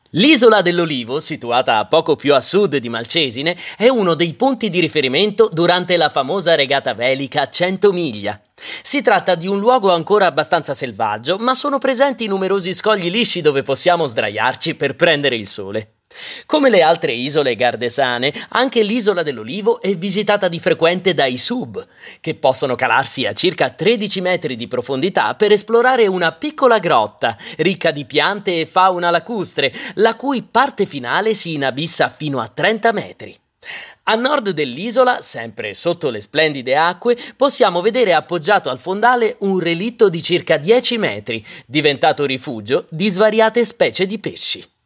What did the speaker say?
L'isola dell'Olivo, situata a poco più a sud di Malcesine, è uno dei punti di riferimento durante la famosa regata velica 100 miglia. Si tratta di un luogo ancora abbastanza selvaggio, ma sono presenti numerosi scogli lisci dove possiamo sdraiarci per prendere il sole. Come le altre isole gardesane, anche l'isola dell'Olivo è visitata di frequente dai sub, che possono calarsi a circa 13 metri di profondità per esplorare una piccola grotta, ricca di piante e fauna lacustre, la cui parte finale si inabissa fino a 30 metri. A nord dell'isola, sempre sotto le splendide acque, possiamo vedere appoggiato al fondale un relitto di circa 10 metri, diventato rifugio di svariate specie di pesci.